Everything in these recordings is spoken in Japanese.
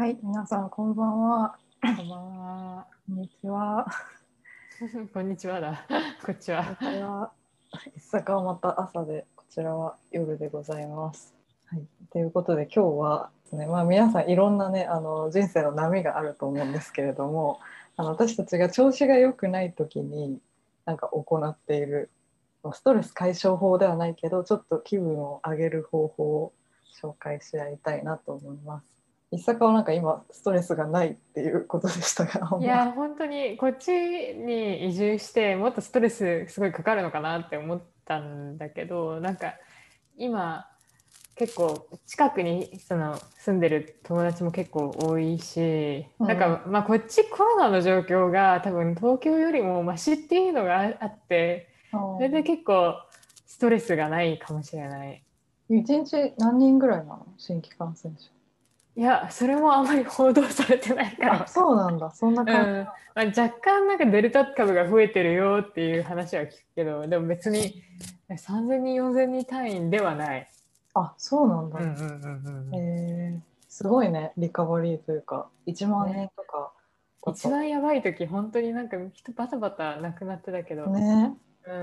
はい、皆さんこんばんは。 こんばんは。 こんにちは。 こんにちはだ。こっちは。 こんにちは。一坂はまた朝で、こちらは夜でございます。はい、ということで今日はですね、皆さんいろんなね、人生の波があると思うんですけれども、私たちが調子が良くない時になんか行っているストレス解消法ではないけど、ちょっと気分を上げる方法を紹介し合いたいなと思います。一坂はなんか今ストレスがないっていうことでしたが、 いや、本当にこっちに移住してもっとストレスすごいかかるのかなって思ったんだけど、なんか今結構近くに住んでる友達も結構多いし、なんうんかこっちコロナの状況が多分東京よりもマシっていうのがあって、それで結構ストレスがないかもしれない。 一日何人ぐらいなの新規感染者？ いや、それもあまり報道されてないからあ、 わかんそうなんだ。そんな感じ。 ない。若干なんかデルタ株が増えてるよっていう話は聞くけど、でも別に3000人、4000人単位ではない。 あ、そうなんだ。 うんうんうんうん。 すごいね、リカバリーというか、1万人ね。 とかだった一番やばい時、本当になんか人バタバタ亡くなってたけど、 もんね。 うん。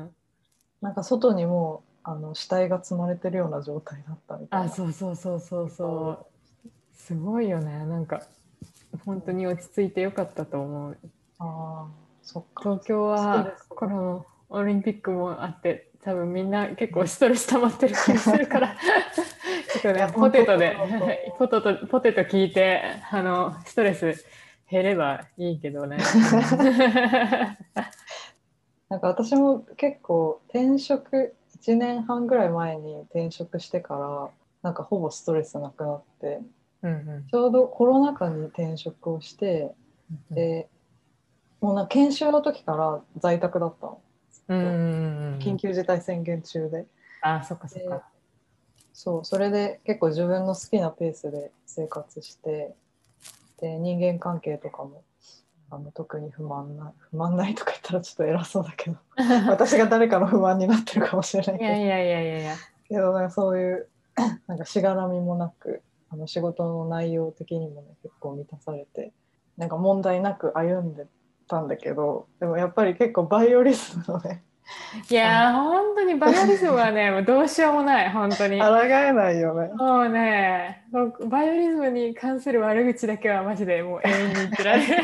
なんか外にもう死体が積まれてるような状態だったみたいあ、 な。 そうそうそうそうリカバリー。 そう。すごいよね。なんか本当に落ち着いてよかったと思う。 ああ、そっか。 東京ストレはスが。 このオリンピックもあって多分みんな結構ストレス溜まってる気がするからちょっといや、 ねポ本当そうテトでだと思ポテト聞いてストレス減ればいいけどね、 う。なんか私も結構転職1年半ぐらい前に転職してからなんかほぼストレスなくなって、 うんうんちょうどコロナ禍に転職をして、 うんでもう研修の時から在宅だったの、ずっうんとうんうん。 緊急事態宣言中で。 あ、そっかそっで、 か。 そう、それで結構自分の好きなペースで生活して、で人間関係とかも特に不満ないとか言ったらちょっと偉そうだけど私が誰かの不満になってるかもしれないけど、 いやいやいやいやいや。 なんかそういうなんかしがらみもなく仕事の内容的にもね結構満たされて、なんか問題なく歩んでたんだけど、でもやっぱり結構バイオリズムのねいやー本当にバイオリズムはねもうどうしようもない本当に。 抗えないよね。 もうね、バイオリズムに関する悪口だけはマジでもう永遠に言ってられる。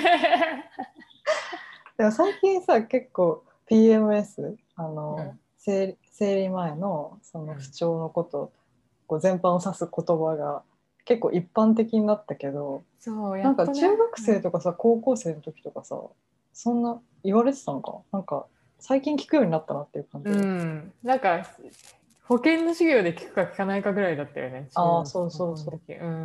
でも最近さ結構 PMS うん、 生理前のその不うん、 調のことこう全般を指す言葉が結構一般的になったけど、 そう、やなんかっとね。 中学うん、 生とかさ高校生の時とかさそんな言われてたのかな、なんか最近聞くようになったなっていう感じうで。 ん、なんか保険の授業で聞くか聞かないかぐらいだったよね、中学、 ああそう高そうそ校の時。うん。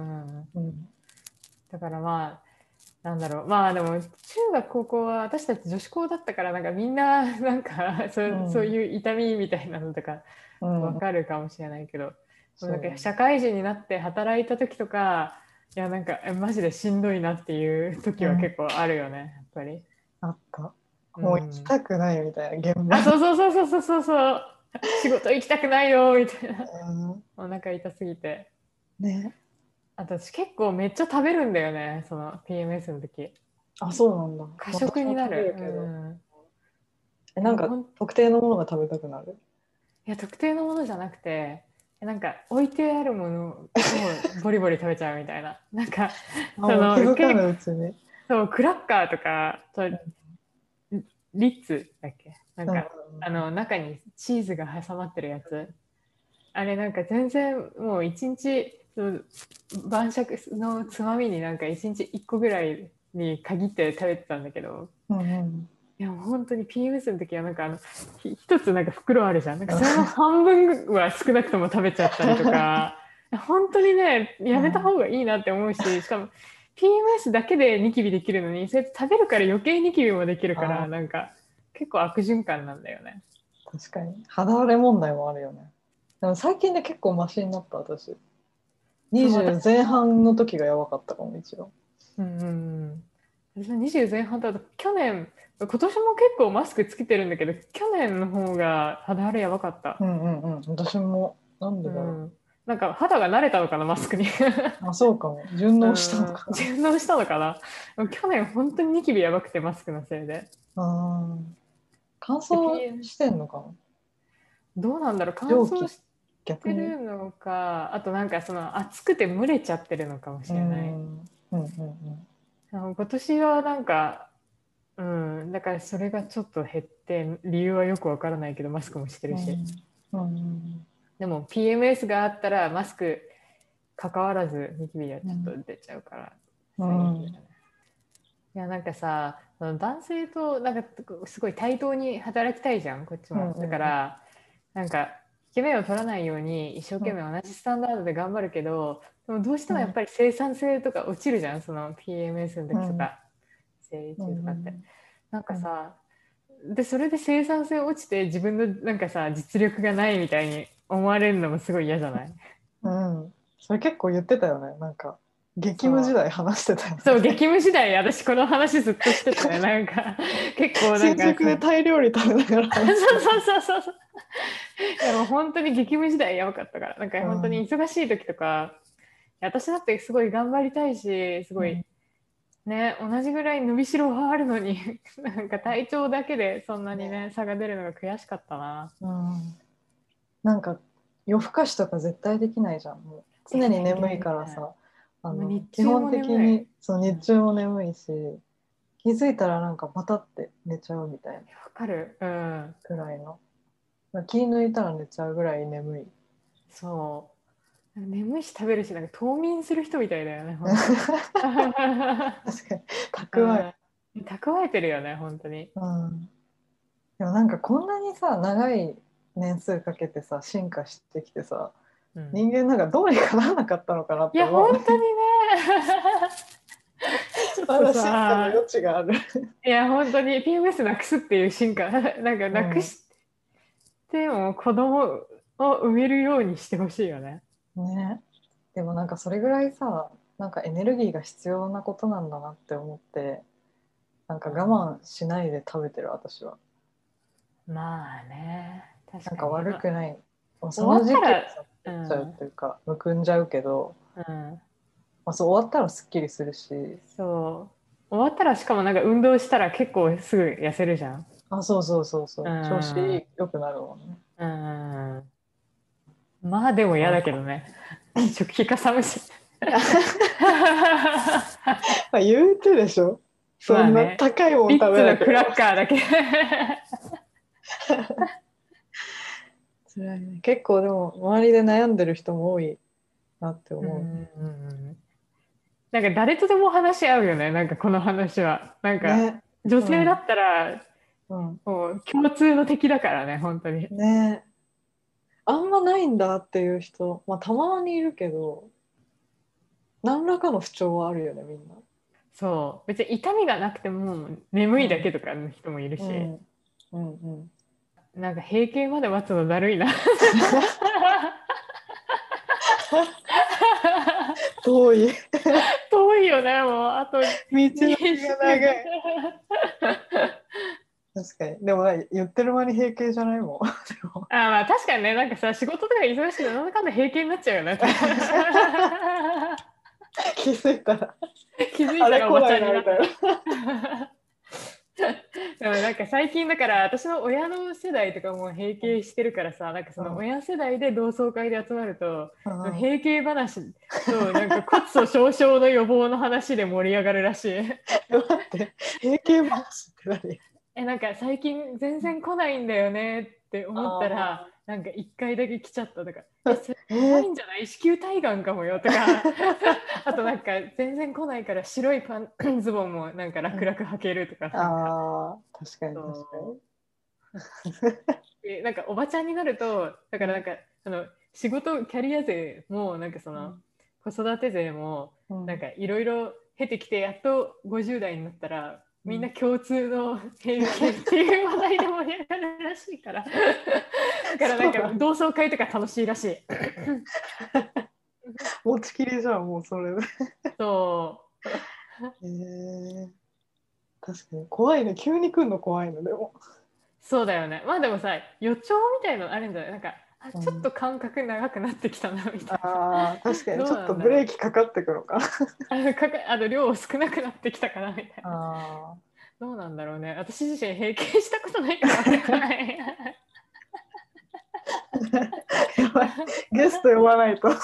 う、うん、 だからなんだろう、でも中学、高校は私たち女子校だったから、なんかみんな、なんかそううんいう痛みみたいなのとかわうん、 かるかもしれないけど、なんかそうだね。 社会人になって働いた時とか、いや、なんかマジでしんどいなっていう時はうん、 結構あるよね、やっぱり。 あった。 うもう行きん。 たくないみたいな現場あ、そうそうそうそうそうそう。仕事行きたくないよ、みたいな。 うんお腹痛すぎて。 ね。 あと私結構めっちゃ食べるんだよね、その PMS の時。 あ、そうなんだ。 過食私も食べになる。うるけど。 ん。 なんか特定のものが食べたくなる。 いや、特定のものじゃなくて、なんか置いてあるものをボリボリ食べちゃうみたいな。なんか、 あ、もう気づかぬうちに。 そう、クラッカーとか、リッツだっけなんうん、 か、中にチーズが挟まってるやつ。あれなんか全然もう一日、晩酌のつまみになんか一日一個ぐらいに限って食べてたんだけど、 うんうん。 いや、本当に PMS の時はなんか一つなんか袋あるじゃん。なんかそれの半分は少なくとも食べちゃったりとか、本当にね、やめた方がいいなって思うし、しかも PMS だけでニキビできるのに、それ食べるから余計ニキビもできるから、 あなんか結構悪循環なんだよね。 確かに。肌荒れ問題もあるよね。でも最近で結構マシになった、私。 そう、 20前半の時がやばかったかも、一番。 うんうんうん。私は20前半だと、今年も結構マスクつけてるんだけど、去年の方が肌荒れやばかった。 うんうんうん。私も、なんでだろうん。 なんか肌が慣れたのかな、マスクに。 あ、そうかも。順応したのかな。 順応したのかな。去年本当にニキビやばくて、マスクのせいで。 あー、乾で、 燥してんのかな。 どうなんだろう、乾蒸気、 燥して逆に。 るのか、あとなんかその暑くて蒸れちゃってるのかもしうれない。 ん。うんうん今年はなんか、うん、だからそれがちょっと減って、理由はよくわからないけど、マスクもしてるし。 うん。うんでも PMS があったら、マスク関わらずニキビがちょっと出ちゃうから、 う最悪だん。 よね。いやなんかさ、その男性となんかすごい対等に働きたいじゃん、こっちも。だかうんうんら、なんか、引け目を取らないように一生懸命同じスタンダードで頑張るけど、でもどうしてもやっぱり生産性とか落ちるじゃん、その PMS のうん。 時とか、生理う中とかって。 ん。 なんかさ、で、それで生産性落ちて自分のなんかさ、実力がないみたいに思われるのもすごい嫌じゃない？ うん。それ結構言ってたよね。なんか、激務時そう。 代話してたよそう、 ね。 激務時代、私この話ずっとしてたね。なんか、結構なん新か、そう宿でタイ料理食べながら話してた。 そうそうそうそう。いやもう本当に激務時代やばかったから、なんか本当にうん。 忙しい時とか、私だってすごい頑張りたいし、すごいうん。 ね、同じぐらい伸びしろはあるのに、なんか体調だけでそんなにね、 ね。 差が出るのが悔しかったな。 うん。なんか夜更かしとか絶対できないじゃん。もういや、 常にできない眠いできない。 からさ、 もう日基本中も眠い。 的にそううん、わ日中も眠いし、気づいたらなんかパタって寝ちゃうみたいなかる。うん。 くらいの。気抜いたら寝ちゃうぐらい眠い。 そう。眠いし食べるし、なんか冬眠する人みたいだよね、本当。 確かに蓄え。 うん。蓄えてるよね、本当に。 うん。でもなんかこんなにさ長い年数かけてさ進化してきてさ、 うん。 人間なんかどうにかならなかったのかなっいや、 て思うね。 本当にね。ちょっまとだ進化のさ、 余地がある。 いや、本当に PMS なくすっていう進化、なんかうん。 なくしても子供を産めるようにしてほしいよね。 ね。でもなんかそれぐらいさ、なんかエネルギーが必要なことなんだなって思って、なんか我慢しないで食べてる私は。 まあね、確なんかかに。まあ、 悪くない。そ終わの時期はったら、 さ、 う食っちゃうっん、 ていうか、むくんじゃうけど、 うん、 まあ、そう終わったらすっきりするし、 そう。終わったらしかもなんか運動したら結構すぐ痩せるじゃん。 あ、そうそうそううそう、調子ん、 良くなるもんね。 うん。まあでも嫌だけどね。食費かさむし。 まあ言うてでしょ。そんなまあね。 高いもん食リッツのクラべなければ。 ッカーだけ。 辛いね。結構でも周りで悩んでる人も多いなってうん思うんうん。なんか誰とでも話し合うよね。なんかこの話は。なんう。 かね。 女うん。 性だったらうん。 もう共通の敵だからね、本当に。 ね。あんまないんだっていう人、まあたまにいるけど、何らかの不調はあるよね、みんな。 そう。別に痛みがなくても眠いだうん。 けとかの人もいるし。 うん。うんうん。 なんか閉経まで待つのだるいな。 遠い。 遠いよね、もう。あと道のりが 2週。 長い。確かに。でも言ってる間に閉経じゃないもん。でもあ、まあ確かにね、なんかさ、仕事とか忙しくて、なんだかんだ平気になっちゃうよね。 気づいたら、 気づいあれ来なたらおばちゃいなみたいな。 んになってた。でもなんか最近だから私の親の世代とかも閉経してるからさ、なんかそのうん。 親世代で同窓会で集まると、 うん。 閉経話となんか骨粗しょう症の予防の話で盛り上がるらしい。 待って、閉経話って何？ なんか最近全然来ないんだよねって思ったら、 あなんか一回だけ来ちゃったとか、 あ。 それえやばいー、 んじゃない？子宮体がんかもよとか、あとなんか全然来ないから白いズボンもなんか楽々履けるとか、なんか、 ああ、確かに確かそに。 う。なんかおばちゃんになると、だからなんか、仕事、キャリア勢も、なんかその、 うん子育て勢も、なんうんかいろいろ経てきて、やっと50代になったら、 うん。 みんな共通の平均っていう話題で盛り上がるらしいから。だからなんかそうだ。 同窓会とか楽しいらしい。 持ちきりじゃん、もうそれで。 そう。 確かに。怖いね。急に来るの怖いの、でも。 そうだよね。まあでもさ、予兆みたいのあるんじゃない？なんかちょっと間隔長くなってきたなみたいああ、確かにちょっとどうなんだろうブレーキかかってくるのかな。 な。量少なくなってきたかなみたいな。 あどうなんだろうね。私自身閉経したことないから分からない。 あ、やばい。ゲスト呼ばないと。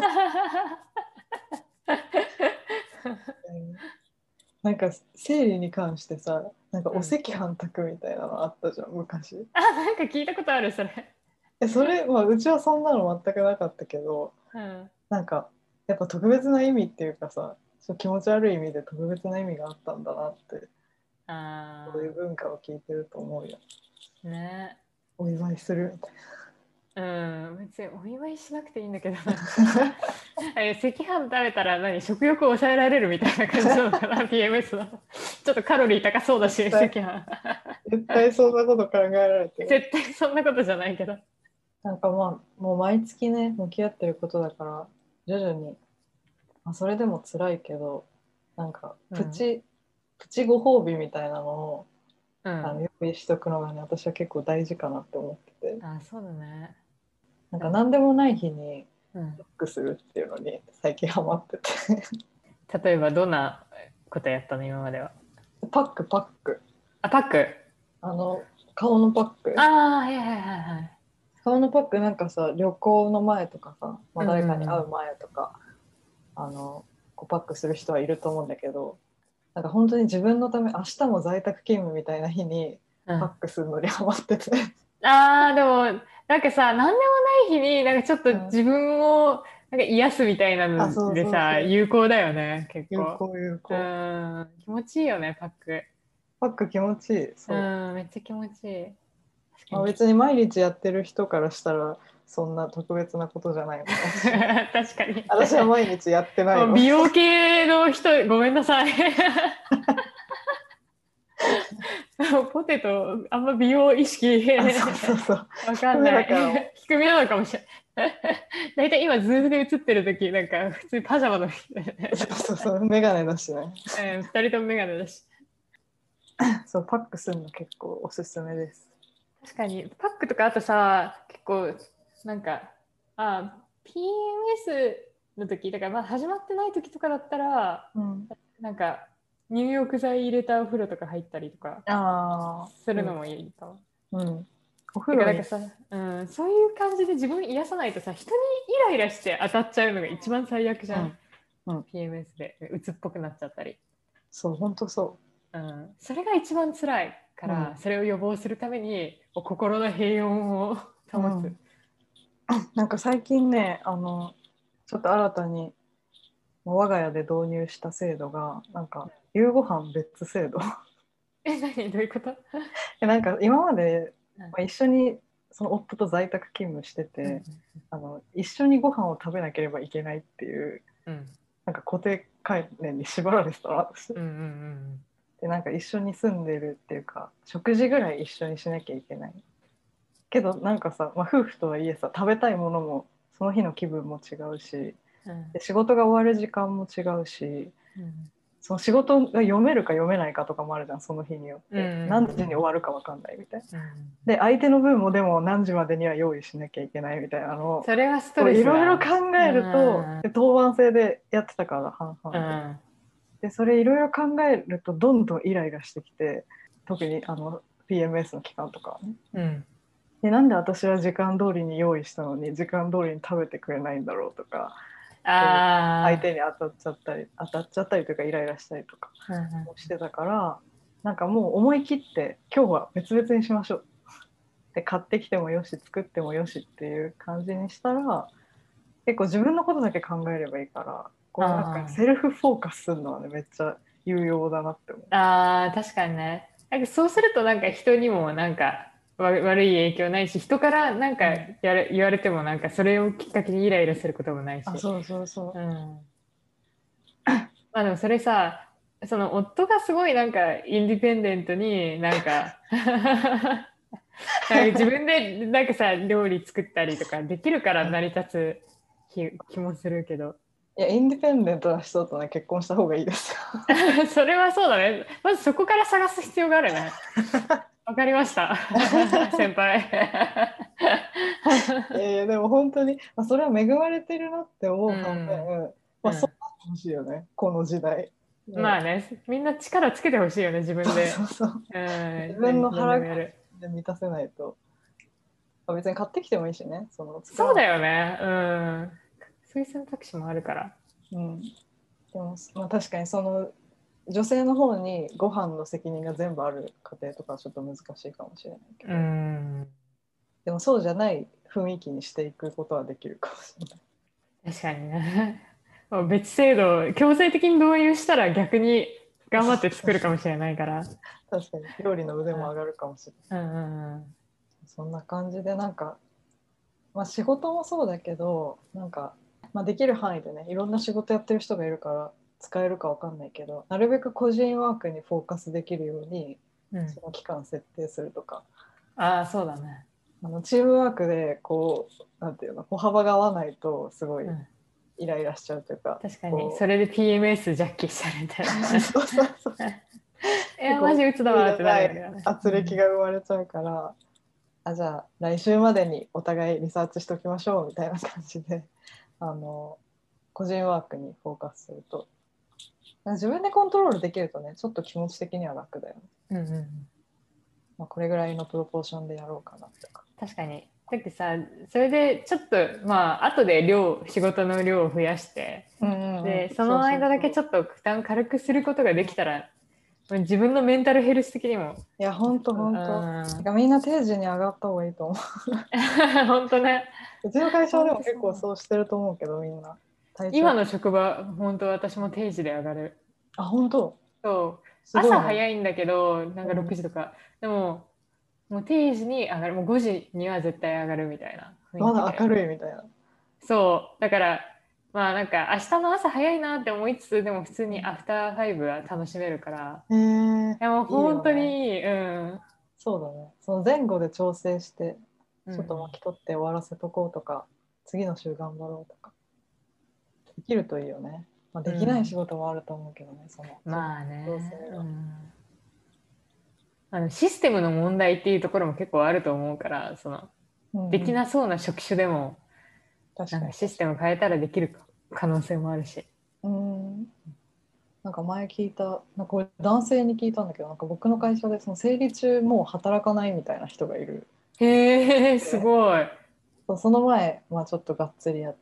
なんか生理に関してさ、なんかお赤飯炊くみたいなのあったじゃん、昔。 なんか聞いたことある、それ。 それ、まあ、うちはそんなの全くなかったけど、 うん。 なんかやっぱ特別な意味っていうかさ、そう気持ち悪い意味で特別な意味があったんだなって、そういうあ文化を聞いてると思うよ。 あ、ね。 お祝いするみたいうん、別にお祝いしなくていいんだけど、なんか赤飯食べたら食欲を抑えられるみたいな感じなのかな、PMS の。ちょっとカロリー高そうだし、赤飯。 な。絶対そんなこと考えられてる。 絶対そんなことじゃないけど。 なんかまあ、もう毎月ね、向き合ってることだから、徐々に、まあ、それでも辛いけど、なんかプチご褒美みたいなのをうん。 用意しとくのがね、私は結構大事かなって思ってて、 あ、そうだね。 なんか何でもない日にうん。 パックするっていうのに最近ハマってて。 例えばどんなことやったの今までは。 パック。 あ、パック。 あの、顔のパック。 ああ、はいはいはいはい。 顔のパックなんかさ、旅行の前とかさ、まあ、誰かに会ううん前とか、こうパックする人はいると思うんだけど、なんか本当に自分のため、明日も在宅勤務みたいな日にうん。 パックするのにハマってて。 ああ、でも、なんかさ、なんでもない日に、なんかちょっとうん、 自分をなんか癒すみたいなあ、 のそうでさ、 そうそう。 有効だよね、結構。 有効有う効。 ん、気持ちいいよね、パック。 パック気持ちいい。 うそう。 ん、めっちゃ気持ちいい。確かまあ、 に。 別に毎日やってる人からしたらそんな特別なことじゃないのかもしれない。 確かに。 私は毎日やってないので。 もう美容系の人、ごめんなさい。ポテト、あんま美容意識あ、そうそうそう。 わか低めんない。 だからも低めなのかもしれない。大体今、ズームで映ってる時なんか普通にパジャマの人だよね。 う。そうそうそう。メガネだしね。 二人ともメガネだし。 そう、パックするの結構おすすめです。 確かに、パックとかあとさ、結構、なんか、PMS の時、だからまあ始まってない時とかだったら、 うん。 なんか、入浴剤入れたお風呂とか入ったりとかああ、 するのもいいかも。 うん。お風呂に。 てかなんかさ、うん、そういう感じで自分癒さないとさ、人にイライラして当たっちゃうのが一番最悪じゃん。 うん。うん。 PMS で鬱っぽくなっちゃったり。 そう、本当そうん、それが一番辛いかう。うら、 ん。 それを予防するために心の平穏を保つ。 うん。なんか最近ね、ちょっと新たに我が家で導入した制度が、なんか夕ご飯別制度。 何どういうこと？ なんか今まで、 うんまあ、一緒にその夫と在宅勤務してうんて、一緒にご飯を食べなければいけないっていううんなんか固定概念に縛られてたの私。 うんうんでなんか一緒に住んでるっていうか食事ぐらい一緒にしなきゃいけないけどなんかさ、まあ、夫婦とはいえさ食べたいものもその日の気分も違うしうんで仕事が終わる時間も違うしうんその仕事が読めるか読めないかとかもあるじゃんその日によっうんて何時に終わるか分かんないみたいな。 うんで相手の分もでも何時までには用意しなきゃいけないみたいなのをそれはストレいスだ。 ろいろ考えるとで当番制でやってたから半々で。 うんでそれいろいろ考えるとどんどんイライラしてきて特にPMS の期間とかはね。 うんでなんで私は時間通りに用意したのに時間通りに食べてくれないんだろうとかで相あ手に当たっちゃったりというかイライラしたりとかーうんしてたからなんかもう思い切って今日は別々にしましょうで買ってきてもよし作ってもよしっていう感じにしたら結構自分のことだけ考えればいいからこうなんかセルフフォーカスするのはねめっちゃ有用だなって思う。 確かにね。なんかそうするとなんか人にもなんか悪い影響ないし、人からなんかうん言われてもなんかそれをきっかけにイライラすることもないし。 そうそうそうん。まあでもそれさ、その夫がすごいなんかインディペンデントになんかなんか自分でなんかさ、料理作ったりとかできるから成り立つ気もするけど。 いやインディペンデントな人とね結婚した方がいいですよ。 それはそうだね。まずそこから探す必要があるね。わかりました。先輩。 でも本当に、まあ、それは恵まれてるなって思う反面、まあ、そうなってほしいよね、この時代。 まあね、みんな力つけてほしいよね、自分で。 そうそうそう。自分何の腹がでもやる。 満たせないと。別に買ってきてもいいしね、 そうだよね。そういう選択肢もあるから。 うん。でも、まあ、確かに女性の方にご飯の責任が全部ある家庭とかはちょっと難しいかもしれないけど、でもそうじゃない雰囲気にしていくことはできるかもしれない。 確かにね。別制度、強制的に導入したら逆に頑張って作るかもしれないから。 確かに料理の腕も上がるかもしれない。そんな感じでまあ、仕事もそうだけどまあ、できる範囲でねいろんな仕事やってる人がいるから使えるかわかんないけど、なるべく個人ワークにフォーカスできるように、その期間設定するとか。 ああ、そうだね。 チームワークでなんていうの、歩幅が合わないとすごいイライラしちゃうというか、 確かにそれで PMS ジャッキされたらそうそうそういやマジ鬱だわってなるよね。 圧力が生まれちゃうから、じゃあ来週までにお互いリサーチしておきましょうみたいな感じで個人ワークにフォーカスすると自分でコントロールできるとね、ちょっと気持ち的には楽だよね。まあ、これぐらいのプロポーションでやろうかなとか。 確かに。だってさ、それでちょっとまあ後で仕事の量を増やして、でその間だけちょっと負担軽くすることができたら、自分のメンタルヘルス的にも。 いや本当みんな定時に上がった方がいいと思う。 本当ね。 うちの会社でも結構そうしてると思うけど、みんな。 今の職場本当私も定時で上がる。 あ、本当。 そう、朝早いんだけどなんか6時とか、でももう定時に上がる、もう5時には絶対上がるみたいな。 まだ明るいみたいな。 そうだからまあなんか明日の朝早いなって思いつつ、でも普通にアフターファイブは楽しめるから、いやもう本当にそうだね。その前後で調整してちょっと巻き取って終わらせとこうとか、次の週頑張ろうとかできるといいよね。まあ、できない仕事もあると思うけどね、 まあね、システムの問題っていうところも結構あると思うから、できなそうな職種でもなんかシステム変えたらできる可能性もあるし。 なんか前聞いた、なんか男性に聞いたんだけど、なんか僕の会社で生理中もう働かないみたいな人がいる。 へえ、すごい。 その前、まあ、ちょっとがっつりやって、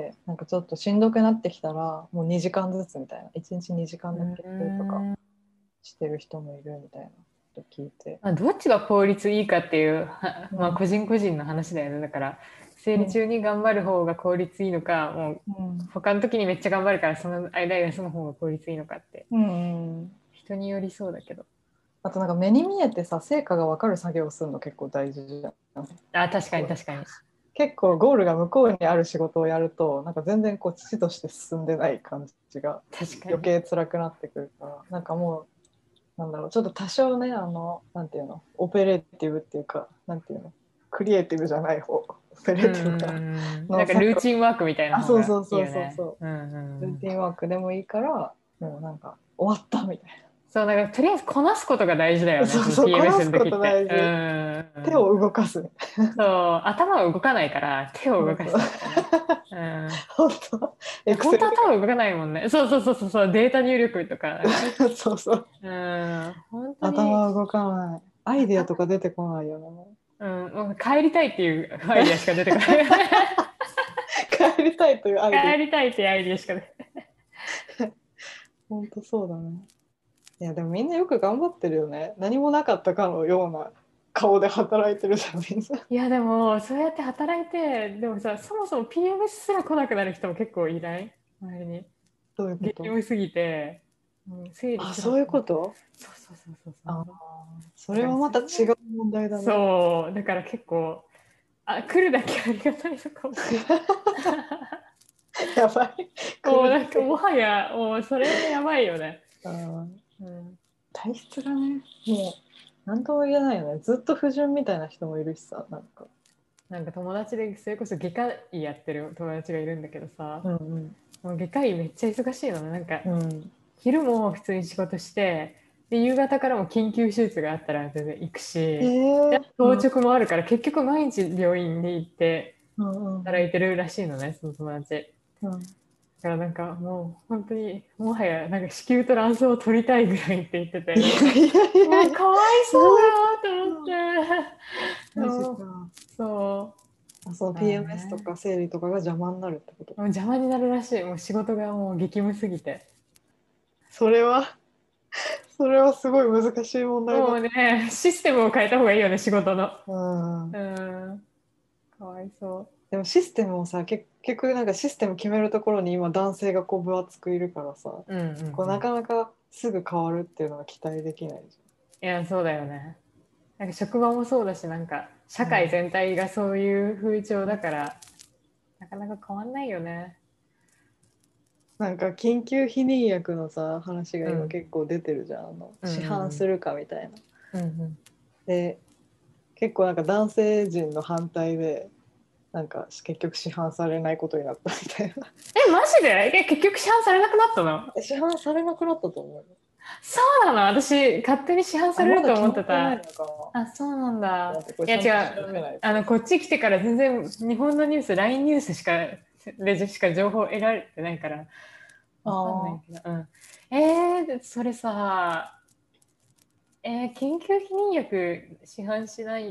なんかちょっとしんどくなってきたらもう2時間ずつみたいな、1日2時間だけとかしてる人もいるみたいなと聞いて、 どっちが効率いいかっていう、まあ個人個人の話だよね。だから生理中に頑張る方が効率いいのか、もう他の時にめっちゃ頑張るからその間休む方が効率いいのかって、人によりそうだけど。 あとなんか目に見えてさ、成果が分かる作業をするの結構大事じゃん。 確かに確かに。 結構ゴールが向こうにある仕事をやると、なんか全然父として進んでない感じが余計辛くなってくるから、なんかもうなんだろう、ちょっと多少ね、なんていうの、オペレーティブっていうか、なんていうの、クリエイティブじゃない方、オペレーティブかなんかルーチンワークみたいな方がいいよね。 そうルーティンワークでもいいから、もうなんか終わったみたいな。 そう、なんかとりあえずこなすことが大事だよね。 そうこなすこと大事。手を動かす。 そう、頭は動かないから手を動かす。 本当。 本当は頭動かないもんね。そうデータ入力とか。 そうそう。 本当に頭動かない。アイディアとか出てこないよね。 もう帰りたいっていうアイディアしか出てこない。 帰りたいというアイディア。 帰りたいっていうアイディアしか出てこない。 本当そうだね。いやでもみんなよく頑張ってるよね。何もなかったかのような顔で働いてるじゃん、みんな。 いやでもそうやって働いて、でもさ、そもそも PMS すら来なくなる人も結構いない？周りに。 どういうこと？ 激務すぎて、整理すら。 そういうこと？ そうそれはまた違う問題だね。 そうだから結構来るだけありがたいのかもしれない。 やばい。 もうなんかもはやもうそれやばいよね。 体質がね、もう何とも言えないよね。ずっと不純みたいな人もいるしさ、 なんか友達でそれこそ外科医やってる友達がいるんだけどさ、もう外科医めっちゃ忙しいのね。なんか、昼も普通に仕事してで夕方からも緊急手術があったら全然行くし、当直もあるから結局毎日病院に行って働いてるらしいのね、その友達。 うん。 だからなんかもう本当にもはやなんか子宮と卵巣を取りたいぐらいって言ってて、 いやいやいやいや、 もうかわいそうだと思って。 マジもうか。 そあ、そのう。まあ PMS とね。 か生理とかが邪魔になるってこと？ もう邪魔になるらしい。もう仕事がもう激務すぎて。 それは、それはすごい難しい問題だ。 もうね、システムを変えた方がいいよね、仕事の。 うん。 うん。かわいそでもシステムをさ、結局なんかシステム決めるところに今男性がこう分厚くいるからさ、 う。うんうん、 こうなうん。 かなかすぐ変わるっていうのは期待できないじいや、そうだよね。なんか職場もそうだし、なんかゃん。うん。 社会全体がそういう風潮だから、なかなか変わんないよね。 なんか緊急避妊薬のさ、話がうん。 今結構出てるじゃん。 うん市販うんするかみたいな。 うん。うんうん。 で、結構なんか男性陣の反対で、なんか結局市販されないことになったみたいな。 え、マジで結局市販されなくなったの？ 市販されなくなったと思うよ。 そうなの？私、勝手に市販さあ、まだれると思っ決まってないてた。 のかな。 あ、そうなんだ。 待って、これいや、 ちゃんと違う。 調べないと。 こっち来てから全然日本のニュース、LINE ニュースしか、でしか情報得られてないから、 あわかんないあ。 けど。うん。それさ、緊急避妊薬市販しないって。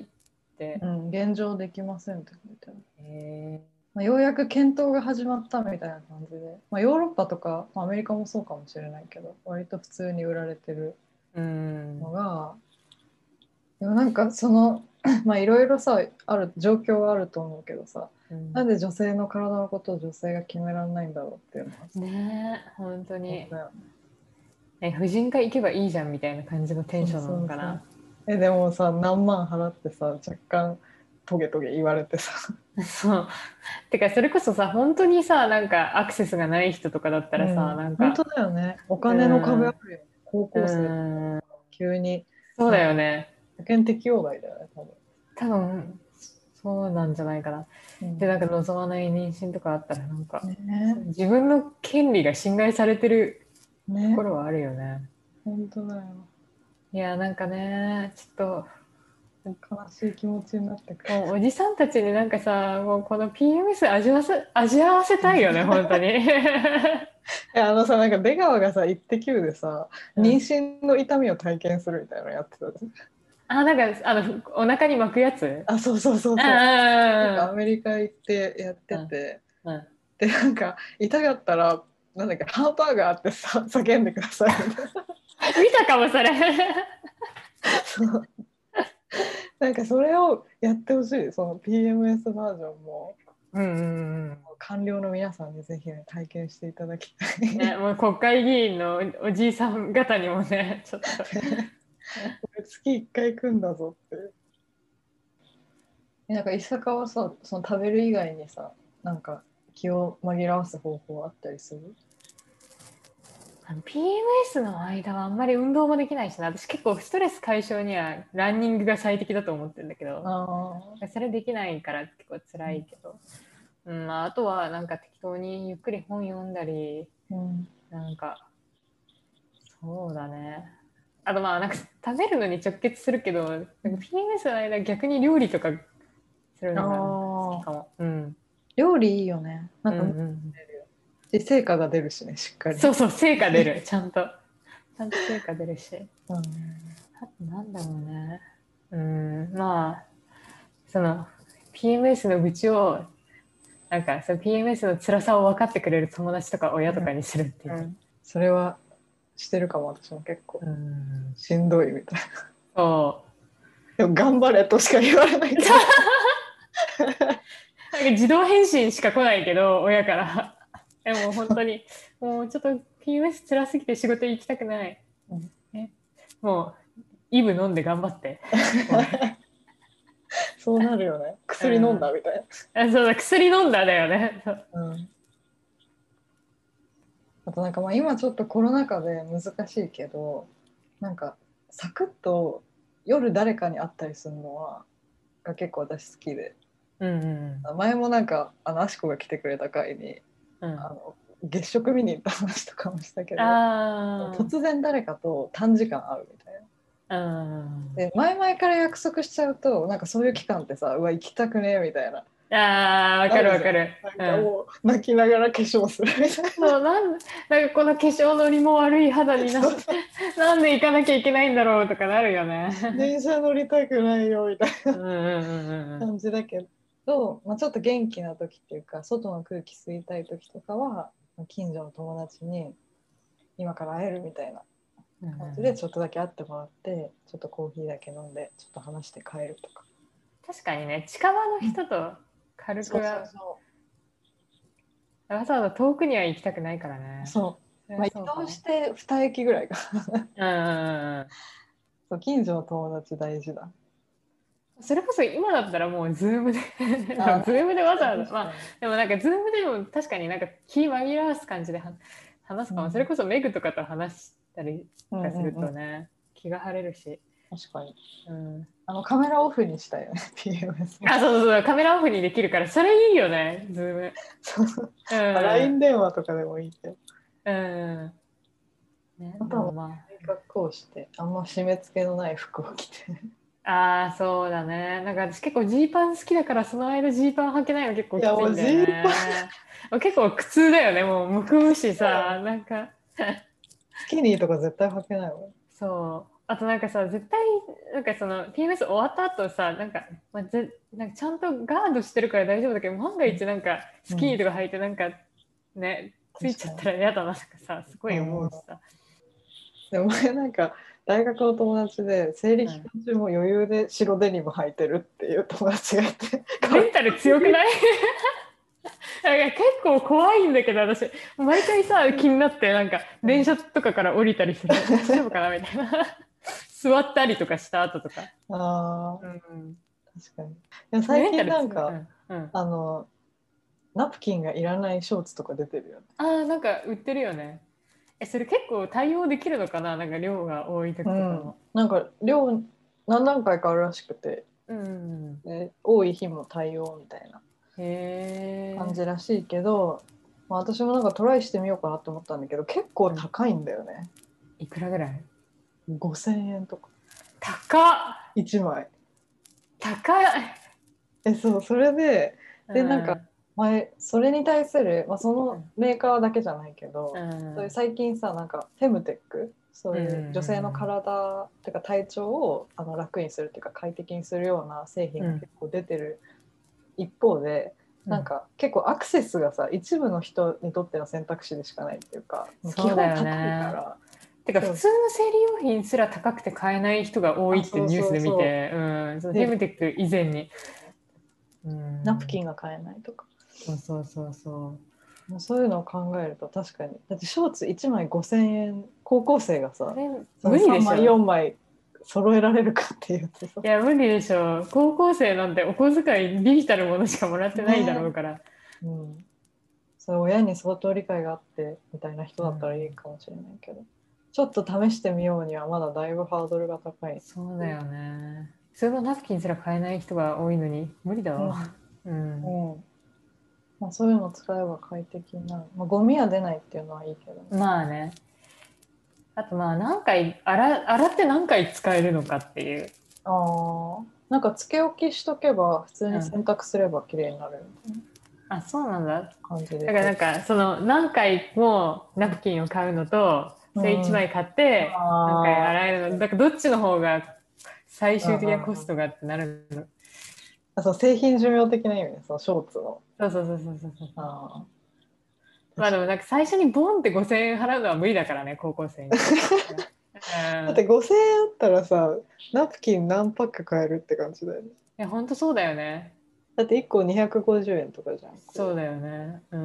うん、現状できませんって書いてある。 えまあ、ようやく検討が始まったみたいな感じで、まあ、ヨーロッパとか、まあ、アメリカもそうかもしれないけど、割と普通に売られてるうん。 のが、でもなんかその、まあいろいろさ、ある、状況はあると思うけどさ、 うん。 なんで女性の体のことを女性が決められないんだろうっていうのはさ、 ねえ、本当に。 そうだよね。 婦人科行けばいいじゃんみたいな感じのテンそうションなそうそう。 のかな。 でもさ、何万払ってさ、若干トゲトゲ言われてさ、 そう。てか、それこそさ、本当にさ、なんかアクセスがない人とかだったらさ、 うん、本当なんか、 だよね。おう金の壁あん、 るよね。高う校生とかん、 急に、 そうだなんかよね。 保険適用外だよね、多分。 多分、そうなんじゃないかな。で、 うん、 なんか望まない妊娠とかあったら、なんか、そうね自分の権利が侵害されてるえ、 とこね、 ろはあるよね。 本当だよ。 いや、なんかね、ちょっと、 悲しい気持ちになってくる。 もうおじさんたちになんかさ、もうこの PMS 味わわせたいよね、本当に。 さ、なんか出川がさ、イッテ Q でさ、妊うん、 娠の痛みを体験するみたいなのやってたじゃん。 あ、なんか、お腹に巻くやつ。 あ、そうそうそううんそう。なんかアうんメリカ行ってやってうんうんて、 うん。 で、なんか痛かったら、なんだっけ、ハンバーガーってさ、叫んでくださいみたいな。 見たかも、それ。 そうなんかそれをやってほしい。その PMS バージョンも、 うんうんうん官僚の皆さんにぜひね、体験していただきたね、 い。 もう国会議員のおじいさん方にもね、ちょっと。 これ月1回行くんだぞって。なんか、伊坂はさ、その食べる以外にさ、なんか気を紛らわす方法あったりする？ PMS の間はあんまり運動もできないしな、私結構ストレス解消にはランニングが最適だと思ってるんだけど、 ああ、 それできないから結構辛いけど、うん、まあ、あとはなんか適当にゆっくり本読んだり、 うん。 なんか、そうだね。あとまあなんか食べるのに直結するけど、なんか PMS の間逆に料理とかするあのがなんか好きかあ、 も。うん。 料理いいよね。なうんうんか、 ん。 成果が出るしね、しっかり。 そうそう、成果出る。ちゃんと。ちゃんと成果出るし。 うん。 あとなんだろうね。うん、まあ、その PMS の愚痴を、なんかその PMS の辛さを分かってくれる友達とか親とかにするっていう。 うん。それはしてるかも、私も結構。 うん。 しんどいみたいな。 そう。 でも頑張れとしか言われないけど。 なんか自動返信しか来ないけど、親から。でも本当に、もうちょっと PMS 辛すぎて仕事行きたくない。 うん、 もう、イブ飲んで頑張って。 そうなるよね。 う薬飲んだん、 みたいそうだ、薬飲んだだよね。 な。うん。あとなんかまあ今ちょっとコロナ禍で難しいけど、なんかサクッと夜誰かに会ったりするのが結構私好きで、 うんうん前もなんかアシコが来てくれた回にうん。 あの月食見に行った話とかもしたけど、 あ突然誰かと短時間会うみたいな。 あ、 で前々から約束しちゃうとなんかそういう期間ってさ、うわ行きたくねえみたいなあー、わかるわかる。 なんかもう泣きながら化粧するみたいな。 そう、なんかこの化粧のりも悪い肌にそうそうなんで行かなきゃいけないんだろうとかなるよね。 電車乗りたくないよみたいなうんうんうんうん感じだけど、まあ、ちょっと元気な時っていうか外の空気吸いたい時とかは近所の友達に今から会えるみたいなうん感じでちょっとだけ会ってもらってちょっとコーヒーだけ飲んでちょっと話して帰るとか。 確かにね、近場の人と軽くそうそうは、 そわざわざ遠くには行きたくないからね。 そう、まあ、移そうかも。 動して2駅ぐらいかうんうんうんそう近所の友達大事だ。 うん。それこそ今だったらもうズームであー、 ズームでわざわざ、まあ確かに、 でもなんかズームでも確かになんか気紛らわす感じで話すかも。それこそメグとかと話したりうんうとかするんうん、 とね、気が晴れるし。 確かにうん、 カメラオフにしたよねPMS も。 あ、そうそうそう、カメラオフにできるから、それいいよね、ズーム。 そうそう、 うまあ、LINE ん。 電話とかでもいいけど、 うん。ね、 あとはもうでもま格好をしてあんま締め付けのない服を着てあ、ああ、そうだね。なんか私結構ジーパン好きだから、その間ジーパン履けないの結構いやもうきついんだよジーパンね。結構苦痛だよね、もうむくむしさ、なんか、 スキニーとか絶対履けないもん。 そう。あとなんかさ、絶対、なんかその PMS 終わった後さ、なんか、なんかちゃんとガードしてるから大丈夫だけど、万が一なんかスキニーとか履いてなんかね、ついちゃったら嫌だなとかさ、すごい思うしさ。 でも前なんか大学の友達で生理期うん、 間中も余裕で白デニム履いてるっていう友達がいて、 メンタル強くない？なんか結構怖いんだけど、私、毎回さ、気になって、なんか、電車とかから降りたりする。大丈夫かなみたいな。座ったりとかした後とか。 あー、 うん。 確かに。でも最メンタ近ル強い。うなんかん。うん。 あのナプキンがいらないショーツとか出てるよね。 ああ、なんか売ってるよね。それ結構対応できるのかな、なんか量が多いう時とかん、 も。 なんか量何段階かあるらしくて、 うん。 多い日も対応みたいなへ感え。 じらしいけど、まあ、私もなんかトライしてみようかなって思ったんだけど結構うん。 高いんだよね。 いくらぐらい？ 5000円とか高っ。 1枚。 高い。 そう、それで、 うなんかん。 前それに対する、まあ、そのうん。 メーカーだけじゃないけうど、そういうん。 最近さなんかフェムテック、そううん。ういう女性のん。 体っていうか体調を楽にするっていうか快適にするような製品うん。 が結構出てる一方で、 うん。 なんか結構アクセスがさ一部の人にとっての選択肢でしかないっていうか基そうだよ本高いかね。 ら。 てか普そう、 通の生理用品すら高くて買えない人が多いってそうニュースで見そうそて、うん、そう。でのフェムテック以前に。うナプん、 キンが買えないとか、 そうそうそうそもうそういうのを考えると確かに、だってショーツ1枚5000円、高校生がう。あされ、 その無理で 3枚しょ。 4枚揃えられるかっていうとさ、 いや、無理でしょ。高校生なんてお小遣いビビたるものしかもらってないだろうねから。 え、うん、それ親に相当理解があってみたいな人うだったらいいん、 かもしれないけど、ちょっと試してみようにはまだだいぶハードルが高い。 そうだよね。普通のナプキンすら買えない人が多いのに、無理だわ。うん。 うん、まあ、そういうの使えば快適になる、まあ、ゴミは出ないっていうのはいいけどね。 まあね。あとまあ何回、洗って何回使えるのかっていう。 ああ、なんかつけ置きしとけば普通にうん。 洗濯すれば綺麗になるみたいなあ、そうなんだ。 感じで。 だからなんかその何回もナプキンを買うのと、それ1 うん、 枚買って何回あ洗えるの、だからどっちの方が最あ、うん終的なコうんうん、 ストがってなるの。 あ、そう、製品寿命的な意味ね、そのショーツの。 そうそうそうそうそうそう。 ああ、 まあでも確かなんか最初にボンって5000円払うのは無理だからね、高校生に。うん。 だって5000円あったらさ、ナプキン何パック買えるって感じだよね。 いや、ほんとそうだよね。 だって1個250円とかじゃん、これ。 そうだよね。うん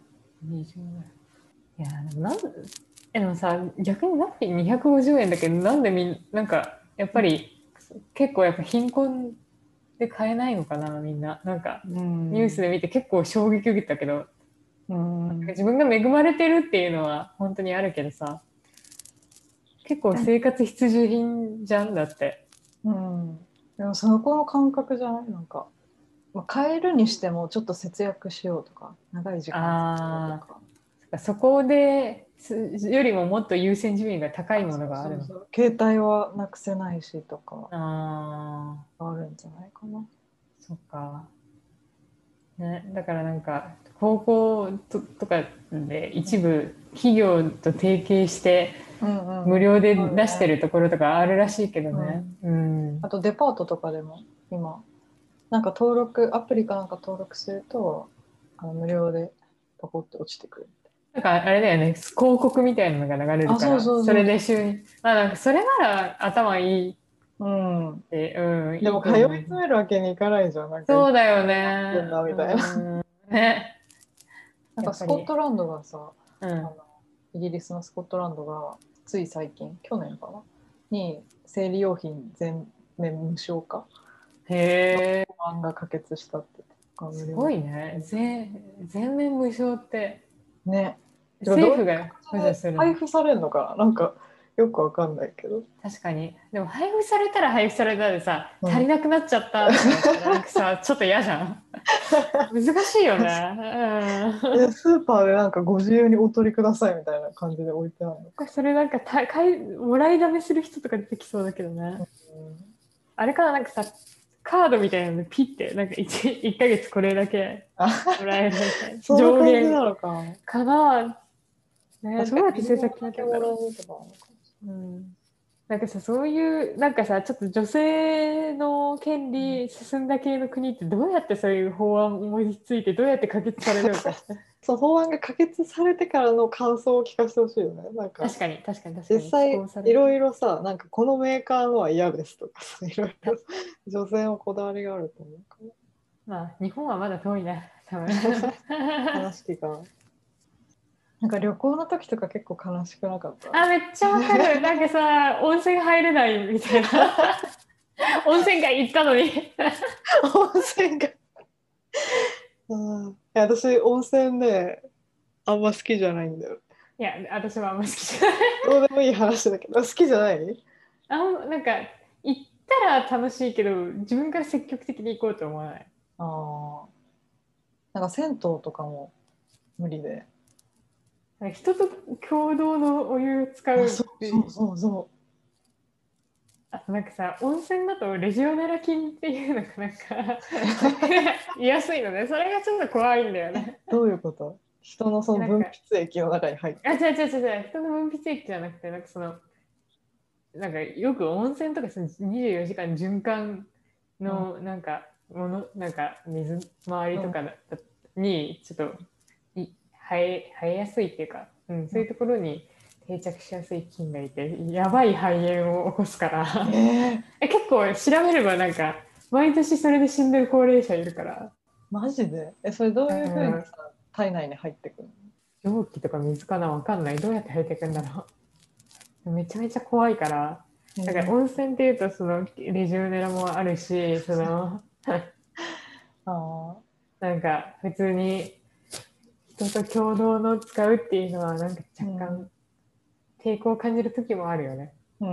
。20円。いや、でもでもさ、逆にナプキン250円だけど、なんでなんか、やっぱり、結構やっぱ貧困で買えないのかな、みんな。なんか、 うニュースん。 で見て結構衝撃受けたけど、 うん。 自分が恵まれてるっていうのは本当にあるけどさ、結構生活必需品じゃんだって。 うん。でもそこの感覚じゃないなんか、まあ、買えるにしてもちょっと節約しようとか、長い時間使おうとあか。 あ、そこで、よりももっと優先順位が高いあ、 ものそうがあるの。 そうそう。携帯はなくせないしとか、 ああ、 あるんじゃないかな。 そっか。 ね、だからなんか高校とかで一部企業と提携してうんうん。 無料である出してね。 るところとかあるらしいけどね。 うん。 うん。 あとデパートとかでも今、なんか登録、アプリかなんか登録すると、無料でパコって落ちてくる。 なんかあれだよね、広告みたいなのが流れるあ、そうから、それそうそうそで収入。まあなんかそれなら頭いいっう。うん。 て、うん、 でもいいと思う。 通い詰めるわけにいかないじゃん。なんかいそうだよくらやってんね。 だみたいな。 うん。ね。 なんかスやっぱり。 コットランドがさ、 うん。 あのイギリスのスコットランドがつい最近、去年かなに生理用品全面無償化へえ。 法案が可決したって言ってす無料ごいね。全面無償って、 ね。てかどういう政府が補助形でするの？ 配布されるのかな、なんかよくわかんないけど。 確かに。でも配布されたら配布されたでさ、 うん。 足りなくなっちゃったとかなったら、なんかさ、ちょっと嫌じゃん。難しいよね。うん。 スーパーでなんかご自由にお取りくださいみたいな感じで置いてあるのか。 それなんかもらいだめする人とか出てきそうだけどね。あれからなんかさ、カードみたいなのでピッて、なんか1ヶ月これだけあ、 もらえるみたいな。 そんな上感じな限のか。 かな。ね、 確かにどうやって政策決ミニマムだけめてんだろう。 もらうとかあるのかも。 うん。なんかさ、そういう、なんかさ、ちょっと女性の権利進んだ系の国ってどうやってそういう法案思いついてどうやって可決されるのか。 そう、法案が可決されてからの感想を聞かせてほしいよね。なんか確かに、確かに、確か実に、施行際いろされて。 いろさ、なんかこのメーカーのは嫌ですとかさ、いろいろ女性のこだわりがあると思うかまあ、日本はまだ遠いな、多分。 ら。話が。なんか旅行の時とか結構悲しくなかった？ あ、めっちゃわかる。なんかさ、温泉入れないみたいな。温泉街行ったのに。い温泉が。いや私、温泉ね、あんま好きじゃないんだよ。 や、私はあんま好きじゃない。 どうでもいい話だけど、好きじゃない？ なんか、行ったら楽しいけど、自分から積極的に行こうと思わない。 ああ。なんか銭湯とかも無理で。 なんか人と共同のお湯を使あ、 うそうそうって、 そうそあとなんかさ、温泉だとレジオネラ菌っていうのがなんか居やすいので、それがちょっと怖いんだよう。 ね。 どういうこと？人のその分なんか、 泌液の中に入っあ、 て。 違う違う違う違う、人の分泌液じゃなくて、なんかその、なんかよく温泉とかその24時間循環うん。 のなんかなんか水回りうん。 とかにちょっと生えやすいっていうか、うん、そういうところに定着しやすい菌がいて、やばい肺炎を起こすからええ結構調べればなんか、毎年それで死んでる高齢者いるから、 マジで？それどういうふうにうん、 さ、体内に入ってくる蒸気とか水かなわかんない。どうやって入ってくんだろう。めちゃめちゃ怖いから、 の？ だから温泉っていうとそのレジオネラもあるし、そのああなんか普通に人と共同の使うっていうのはなんかー、う若干ん。 抵抗を感じる時もあるよね。 うん。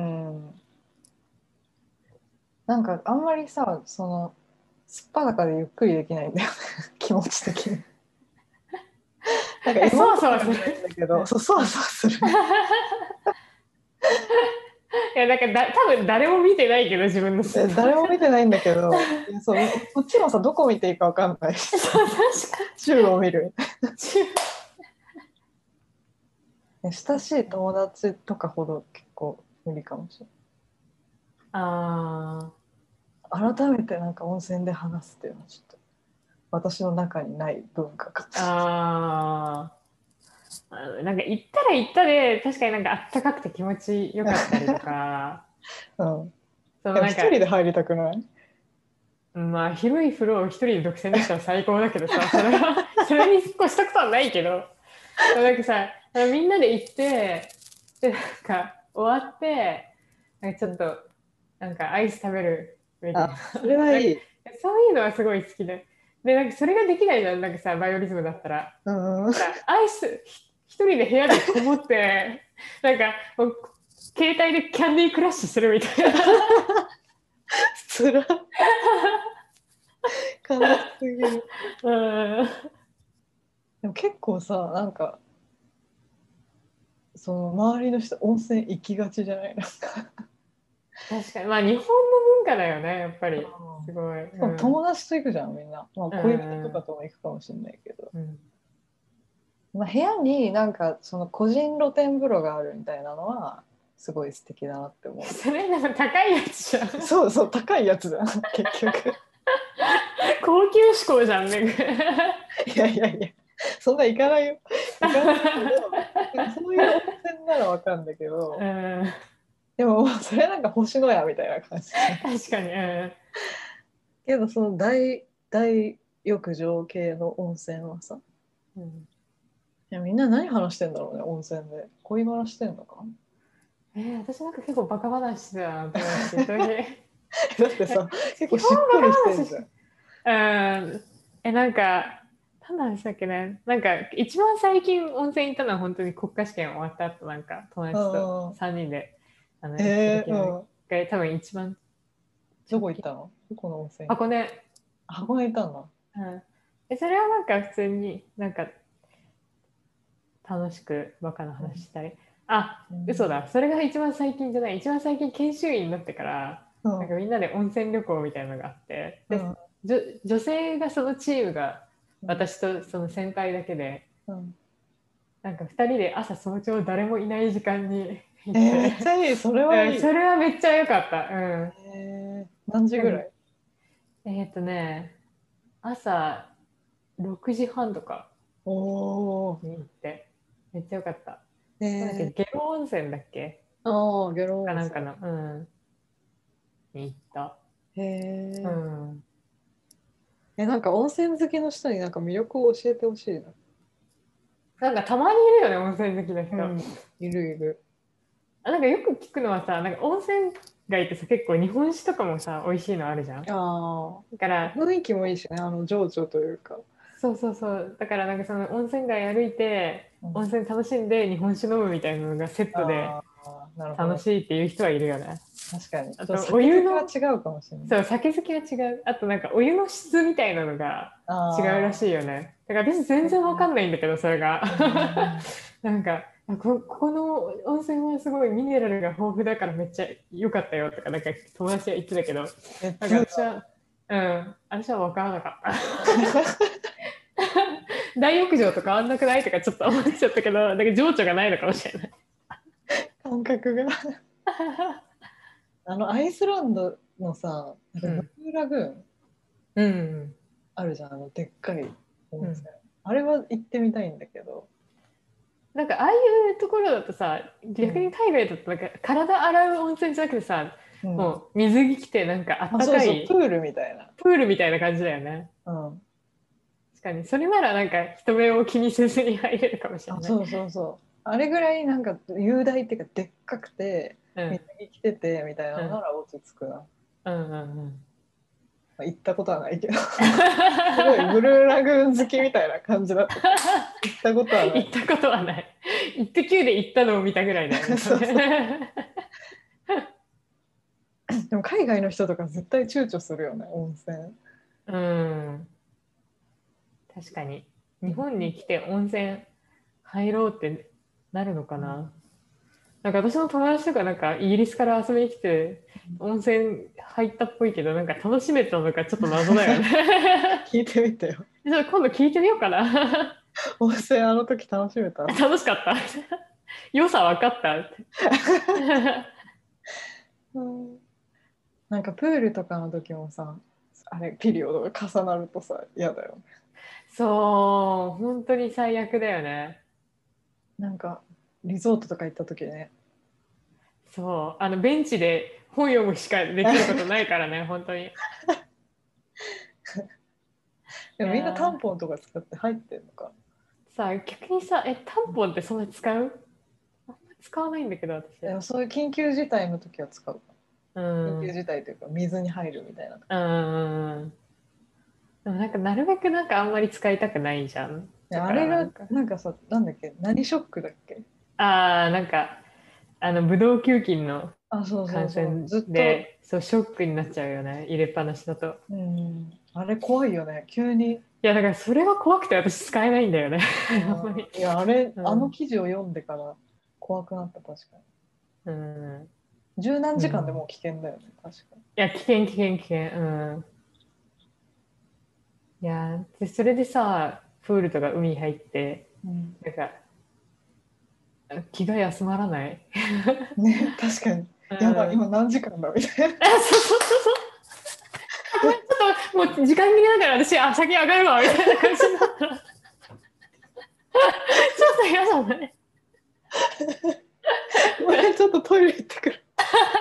なんかあんまりさ、その、すっぱだかでゆっくりできないんだよね。気持ち的に。なんかそわそ妹とわする。 かならいいんだけど、そう、そわそわする。 いや、なんか多分誰も見てないけど、自分のスッパ。 誰も見てないんだけど、いやそう、こっちもさ、どこ見ていいかわかんないしさ、 そう、確か宙を見る。 に。 親しい友達とかほど結構無理かもしれあない。改めてなんか温泉で話すっていうのはちょっと私の中にない文化かもしなんか行ったら行ったで、確かになんかあったかくて気持ちよかったりとか、 れない。うん。でもそのなんか、 一人で入りたくない？ まあ広い風呂を一人で独占できたら最高だけどさ、それに越したことはないけど、なんかさ、みんなで行って、で、なんか終わって、なんかちょっと、なんかアイス食べるみたいな。 あ、それはなんかいい。 そういうのはすごい好きで。で、なんかそれができないじゃん、なんかさ、バイオリズムだったら。 うんうん。 アイス、一人で部屋でこもって、なんか、もう携帯でキャンディークラッシュするみたいな。 つら。悲しすぎる。 うん。 でも結構さ、なんか、その周りの人温泉行きがちじゃない？なんか確かに。まあ日本の文化だよね、やっぱり。すごい。 友達と行くじゃん、みんな。まあ、恋人とかとも行くかもしれないけど。まあ、部屋になんかその個人露天風呂があるみたいなのはすごい素敵だなって思う。 それでも高いやつじゃん。 そうそう、高いやつだ結局。 高級志向じゃんね。 いやいやいや、そんな行かないよ。行かないけど、そういう温泉ならわかんだけど、でもそれなんか星のやみたいな感じ。 確かに。 けどその大浴場系の温泉はさ、いやみんな何話してんだろうね、温泉で。恋話してんのか私なんか結構バカ話してたなと思って、 だってさ、結構しっとりしてるじゃん。 なんか、何なんでしたっけね。なんか、一番最近温泉行ったのは本当に国家試験終わった後、なんか友達と3人で行った時のが多分一番。 どこ行ったの？どこの温泉？ 箱根。 箱根行ったんだ。 それはなんか普通になんか楽しくバカな話したり。嘘だ。それが一番最近じゃない。一番最近研修医になってから、なんかみんなで温泉旅行みたいなのがあって、で、女性がそのチームが私とその先輩だけで、なんか2人で朝早朝誰もいない時間に行って、 めっちゃいい。それはいい。 それはめっちゃ良かった。 何時ぐらい？ 朝6時半とかに行って、めっちゃ良かった。なんだっけ、ゲロ温泉だっけ？ ゲロ温泉。 なんかの、に行った。 なんか温泉好きの人になんか魅力を教えてほしいな。 なんかたまにいるよね、温泉好きな人。 いるいる。 なんかよく聞くのはさ、なんか温泉街ってさ、結構日本酒とかもさ、美味しいのあるじゃん。だから雰囲気もいいしね、情緒というか。 そうそうそう。だからなんかその温泉街歩いて、温泉楽しんで日本酒飲むみたいなのがセットで楽しいっていう人はいるよね。 確かに。 あとお湯の酒好きは違うかもしれない。 そう、酒好きは違う。あとなんかお湯の質みたいなのが違うらしいよね。だから私全然わかんないんだけど、それが。なんかここの温泉はすごいミネラルが豊富だからめっちゃ良かったよとか、なんか友達は言ってたけど、なんか私は分からなかった。大浴場と変わんなくないとかちょっと思っちゃったけど、なんか情緒がないのかもしれない。 感覚が。アイスランドのさ、ブルーラグーンあるじゃん、でっかい温泉。あれは行ってみたいんだけど。 なんかああいうところだとさ、逆に海外だとなんか体洗う温泉じゃなくてさ、もう水着着てなんかあったかいプールみたいな。 プールみたいな感じだよね。確かにそれならなんか人目を気にせずに入れるかもしれない。 そうそうそう。あれぐらいなんか雄大っていうかでっかくて、水着着ててみたいなのなら落ち着くな。行ったことはないけどすごいブルーラグーン好きみたいな感じだった。行ったことはない。 行ったことはない。イッテ Q で行ったのを見たぐらいだよね。 でも海外の人とか絶対躊躇するよね、温泉。 確かに日本に来て温泉入ろうってなるのかな。なんか私の友達とかなんかイギリスから遊びに来て温泉入ったっぽいけど、なんか楽しめたのかちょっと謎だよね。 聞いてみてよ。 じゃあ今度聞いてみようかな。 温泉あの時楽しめた？ 楽しかった。良さ分かったって。 なんかプールとかの時もさ、あれピリオドが重なるとさ嫌だよね。 そう、本当に最悪だよね。 なんかリゾートとか行った時ね。 そう、ベンチで本読むしかできることないからね、本当に。 でもみんなタンポンとか使って入ってんのか。 さあ逆にさ、タンポンってそんな使う？あんま使わないんだけど私。 でもそういう緊急事態の時は使うか。緊急事態というか水に入るみたいな。 でもなんかなるべくなんかあんまり使いたくないじゃん。 あれがなんかさ、なんだっけ、何ショックだっけ？ なんかブドウ球菌の感染でそうショックになっちゃうよね、入れっぱなしだと。 あれ怖いよね、急に。 いやだからそれは怖くて私使えないんだよね。 いやあれ、あの記事を読んでから怖くなった、確かに。 十何時間でもう危険だよね、確かに。 いや、危険、危険、危険。うん。いや、で、それでさ、プールとか海入って、 うん、 なんか、気が休まらない。 ね、確かに。 うん。 やばい、 あ、 今何時間だみたいな。 そうそうそうそう。あ、ごめん、ちょっと、もう時間切れだから私、あ、先上がるわ、みたいな感じになったら、ちょっと嫌だね。 ごめん、ちょっとトイレ行ってくる。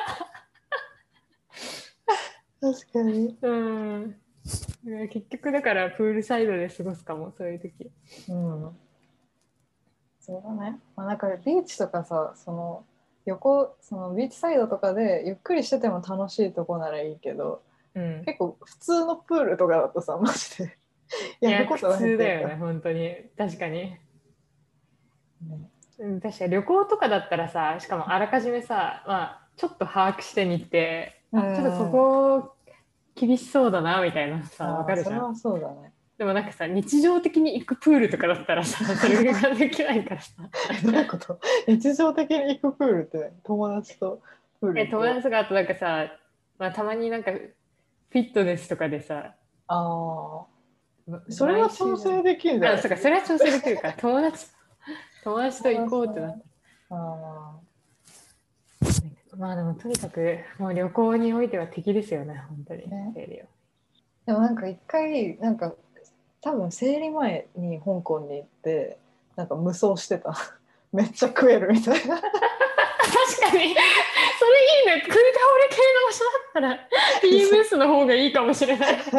確かに。 うん。結局だからプールサイドで過ごすかも、そういう時。 うん。そうだね。まあ、なんかビーチとかさ、そのビーチサイドとかでゆっくりしてても楽しいとこならいいけど、 うん。 結構普通のプールとかだとさ、マジでいや、苦やることないっ痛だよね、 ていうか。 本当に。確かに。 ね、 うん、確かに旅行とかだったらさ、しかもあらかじめさ、まあ、ちょっと把握してみて、 うあ、ちょっとこん。 こ厳しそうだな、みたいなさ、わああ、 かるじゃん。 それはそうだね。 でもなんかさ、日常的に行くプールとかだったらさ、それができないからさ。 どういうこと？日常的に行くプールって、友達とプール行こう。 友達とかあとなんかさ、まあ、たまになんかフィットネスとかでさ、 ああ、それは毎週じゃない。 調整できるんじゃあ、 ない？ そうか、それは調整できるから、友達と行こうってなっあた。まあでもとにかく、もう旅行においては敵ですよね、本当に。 あ、ね。 生理は。 でもなんか一回、なんか多分生理前に香港に行って、なんか無双してた。めっちゃ食えるみたいな。 確かに、それいいね。食い倒れ系の場所だったら、PMS の方がいいかもしれない。確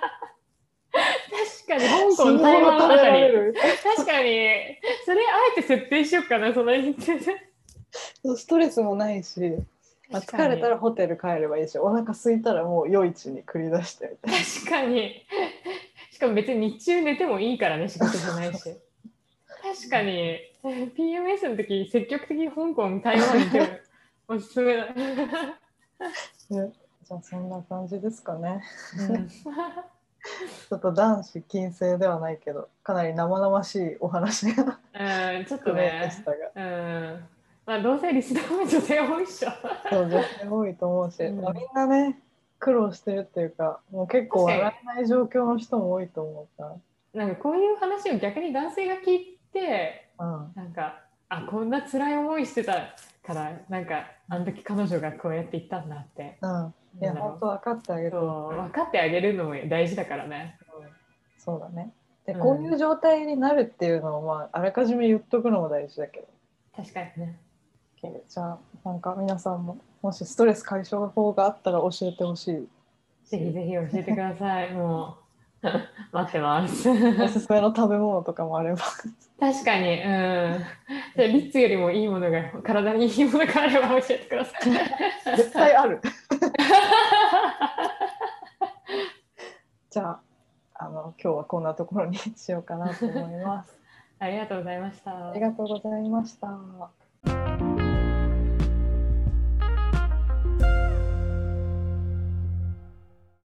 かに、香死ぬ港、台ほど食べ湾あたり。 られる。 確かに、それあえて設定しようかな、その日程で。 ストレスもないし、まあ、疲れた確かに。 らホテル帰ればいいし、お腹空いたらもう夜市に繰り出してみたい確かに。しかも別に日中寝てもいいからね、仕な。 事じゃないし。確かに、PMS の時、積極的に香港、台湾行ってもおすすめだ。 ね、じゃあそんな感じですかね。 うん。 ちょっと男子禁制ではないけど、かなり生々しいお話がうん、ちょっと含めでしね。 たが、 うん。まあ、どうせリスナーも女性多いっしょ。 そう女性多いと思うし、まあ、みんうん。 なね、苦労してるっていうか、もう結構確かに、 笑えない状況の人も多いと思うかなんかこういう話を逆に男性が聞いて、 ら。うん。 なんか、あ、こんな辛い思いしてたから、なんか、あの時彼女がこうやって言ったんだって、 うん。いや、 なんだろう。 本当分かってあげてほしい。 そう、分かってあげるのも大事だからね。 うん、そうだね。で、 うん。 こういう状態になるっていうのを、まあ、あらかじめ言っとくのも大事だけど。 確かにね。 じゃあ、なんか皆さんも、もしストレス解消法があったら教えてほしいし、 ぜひぜひ教えてください。もう、待ってます。 おすすめの食べ物とかもあれば。 確かに、うん。じゃあリッツよりもいいものが、体にいいものがあれば教えてください。 絶対ある。じゃあ、今日はこんなところにしようかなと思います。 ありがとうございましありた。 がとうございました。